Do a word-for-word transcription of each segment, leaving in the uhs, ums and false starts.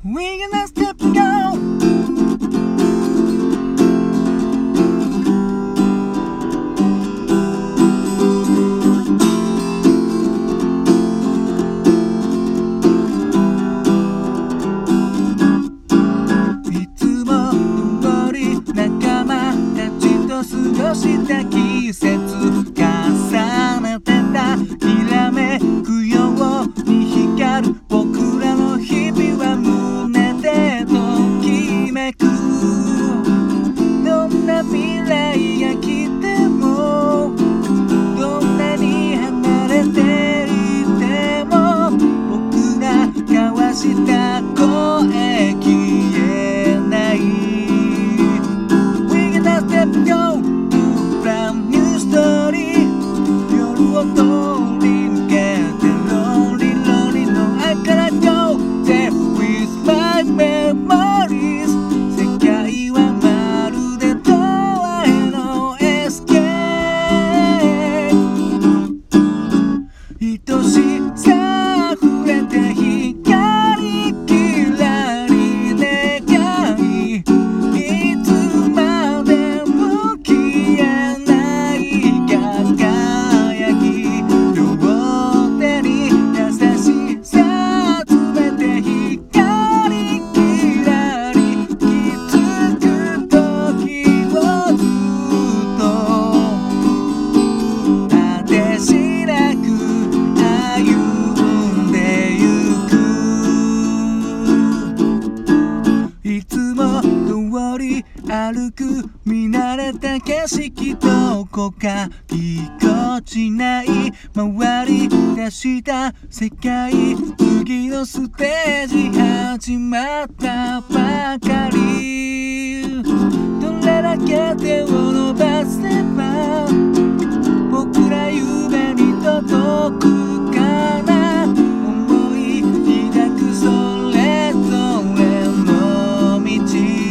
We gonna step go過ごした季節重ねてたきらめくように光る僕らの日々は胸でときめくどんな未来が来てもどんなに離れていても僕ら交わした声消えない We gonna step go brand new story 夜を通り抜けて Lonely lonely no I gotta go there with my memories 世界はまるでドアへのエスケープ愛しさ溢れて光きらり願いいつまでも消え歩く見慣れた景色どこかぎこちない回り出した世界次のステージ始まったばかりどれだけ手を伸ばせば僕ら夢に届くかな思い抱くそれぞれの道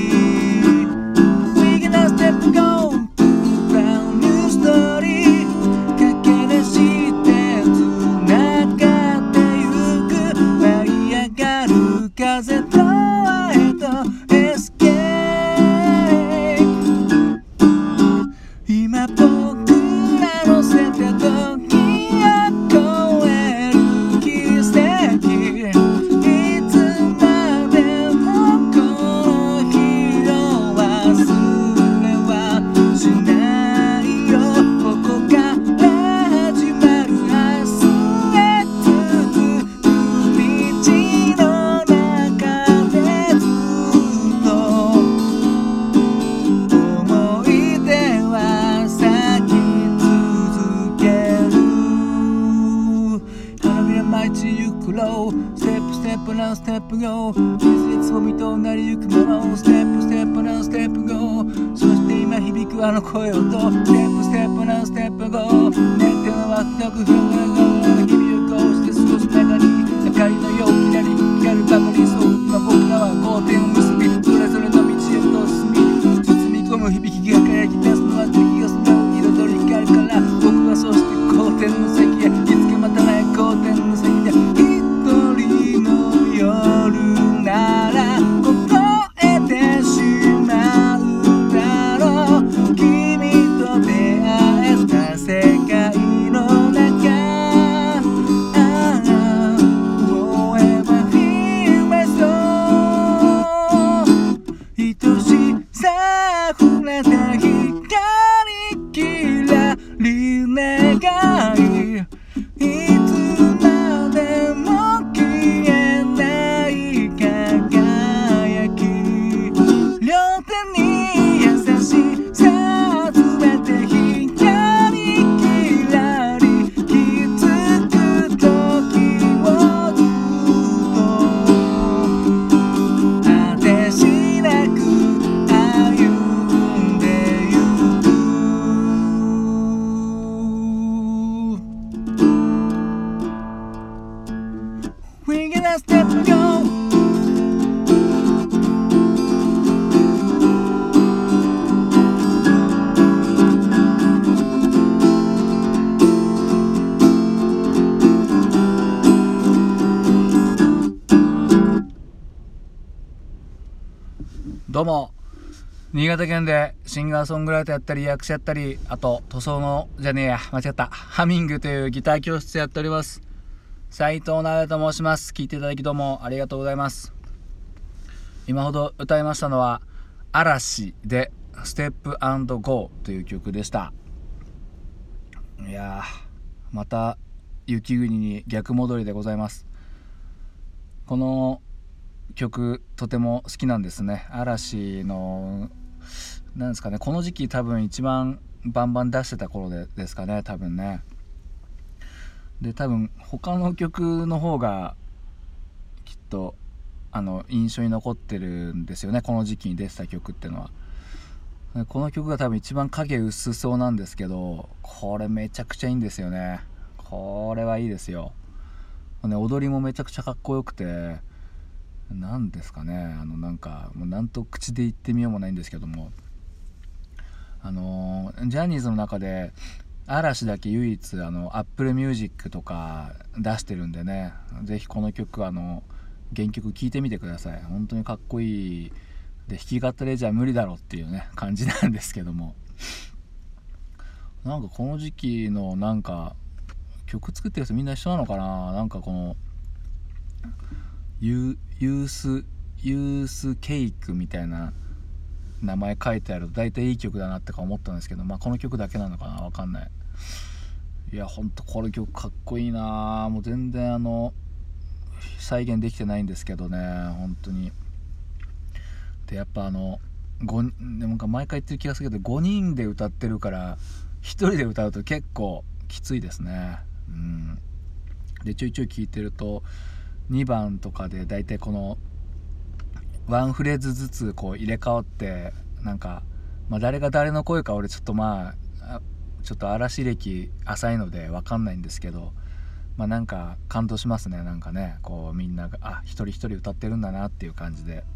Step go to brand new story 駆け出して繋がってゆく舞い上がる風とへとエスケープ今僕ら乗せて時を超える奇跡いつまでもこの日を忘れしないよここから始まる明日へ続く道の中でずっと思い出は咲き続ける花びら舞い散ゆくろうステップステップなステップゴーいついつもみとなりゆくものステップステップなステップゴーそして今響くあの声をとステップステップなステップゴー寝ては全く不安な日々をこうして過ごす中に明かりのようきらり光るばかりそう今僕らは交点を結びそれぞれの道へと進み包み込む響きが輝き出すのは時がそれを彩る光から僕はそして交点の先へいつかまたない交点の先で一人の夜なら凍えてしまうだろう君と出会えた世界の中 Forever feel my soul 愛しさ溢れた光きらり願いいつまでも消えない輝き両手に優しさ集めて光きらり気づく時をずっと果てしなく歩んでゆく We gonna step go どうも、新潟県でシンガーソングライターやったり役者やったり、あと塗装のじゃねえや間違ったハミングというギター教室やっております斉藤直也と申します。聞いていただきどうもありがとうございます。今ほど歌いましたのは嵐でステップアンドゴーという曲でした。いやー、また雪国に逆戻りでございます。この曲とても好きなんですね。嵐のなんですかね、この時期多分一番バンバン出してた頃でですかね、多分ね。で多分他の曲の方がきっとあの印象に残ってるんですよね、この時期に出てた曲ってのは。この曲が多分一番影薄そうなんですけど、これめちゃくちゃいいんですよね。これはいいですよ、ね、踊りもめちゃくちゃかっこよくて、なんですかね、あのなんかもうなんと口で言ってみようもないんですけども、あのジャニーズの中で嵐だけ唯一あの Apple Music とか出してるんでね、ぜひこの曲あの原曲聴いてみてください。本当にかっこいいで、弾き語りじゃ無理だろっていうね感じなんですけども、なんかこの時期のなんか曲作ってる人みんな一緒なのかな。なんかこのユユースユースケイクみたいな名前書いてあると大体いい曲だなってか思ったんですけど、まあこの曲だけなのかな、わかんない。いやほんとこの曲かっこいいな。もう全然あの再現できてないんですけどね、本当に。でやっぱあのごでもなんか毎回言ってる気がするけど、ごにんで歌ってるからひとりで歌うと結構きついですね。うん。でちょいちょい聞いてるとにばんとかでだいたいこのワンフレーズずつこう入れ替わって、なんか、まあ、誰が誰の声か俺ちょっとまあちょっと嵐歴浅いので分かんないんですけど、まあなんか感動しますね。なんかね、こうみんながあ一人一人歌ってるんだなっていう感じで、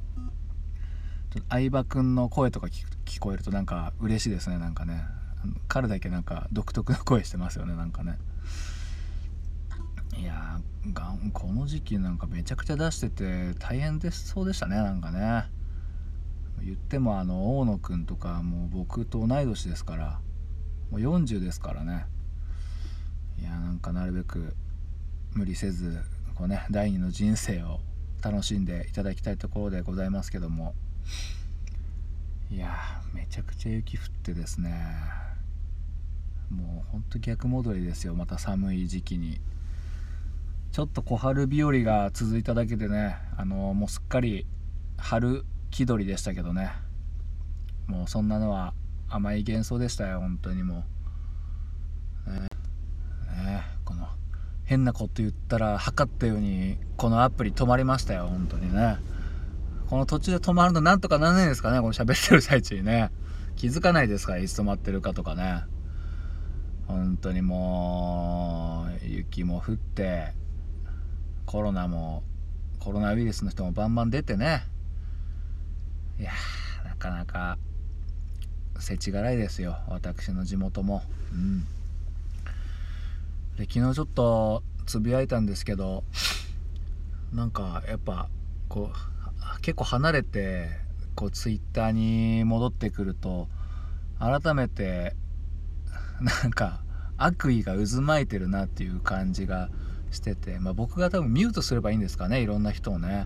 相葉くんの声とか 聞, 聞こえるとなんか嬉しいですね。なんかね、彼だけなんか独特な声してますよね、なんかね。いやーがんこの時期なんかめちゃくちゃ出してて大変でそうでしたね。なんかね、言ってもあの大野くんとかもう僕と同い年ですから、もうよんじゅうですからね。いやなんかなるべく無理せずこうね第二の人生を楽しんでいただきたいところでございますけども、いやめちゃくちゃ雪降ってですね、もうほんと逆戻りですよ。また寒い時期にちょっと小春日和が続いただけでね、あのもうすっかり春気取りでしたけどね、もうそんなのは甘い幻想でしたよ、本当にもう、ねね、この変なこと言ったら測ったようにこのアプリ止まりましたよ、本当にね。この途中で止まるのなんとかなんないんですかね、この喋ってる最中にね。気づかないですから、いつ止まってるかとかね。本当にもう雪も降ってコロナもコロナウイルスの人もバンバン出てね、いやーなかなか世知辛いですよ、私の地元も。うん。で昨日ちょっとつぶやいたんですけど、なんかやっぱこう結構離れてこうツイッターに戻ってくると改めてなんか悪意が渦巻いてるなっていう感じがしてて、まあ、僕が多分ミュートすればいいんですかね、いろんな人をね。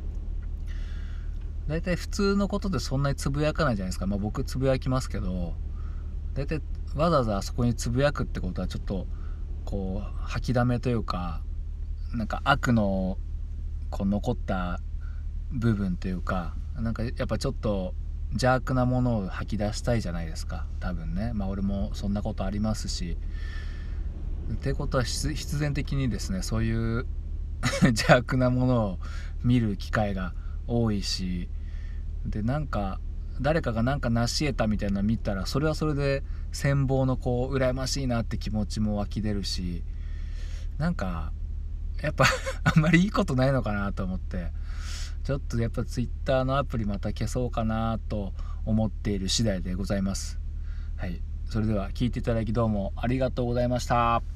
だいたい普通のことでそんなにつぶやかないじゃないですか。まあ僕つぶやきますけど、だいたいわざわざあそこにつぶやくってことはちょっとこう吐きだめというか、なんか悪のこう残った部分というか、なんかやっぱちょっと邪悪なものを吐き出したいじゃないですか、多分ね。まあ俺もそんなことありますし、ってことは必然的にですね、そういう邪悪なものを見る機会が多いし、でなんか誰かがなんか成し得たみたいなの見たら、それはそれで羨望のこう羨ましいなって気持ちも湧き出るし、なんかやっぱあんまりいいことないのかなと思って、ちょっとやっぱツイッターのアプリまた消そうかなと思っている次第でございます。はい、それでは聞いていただきどうもありがとうございました。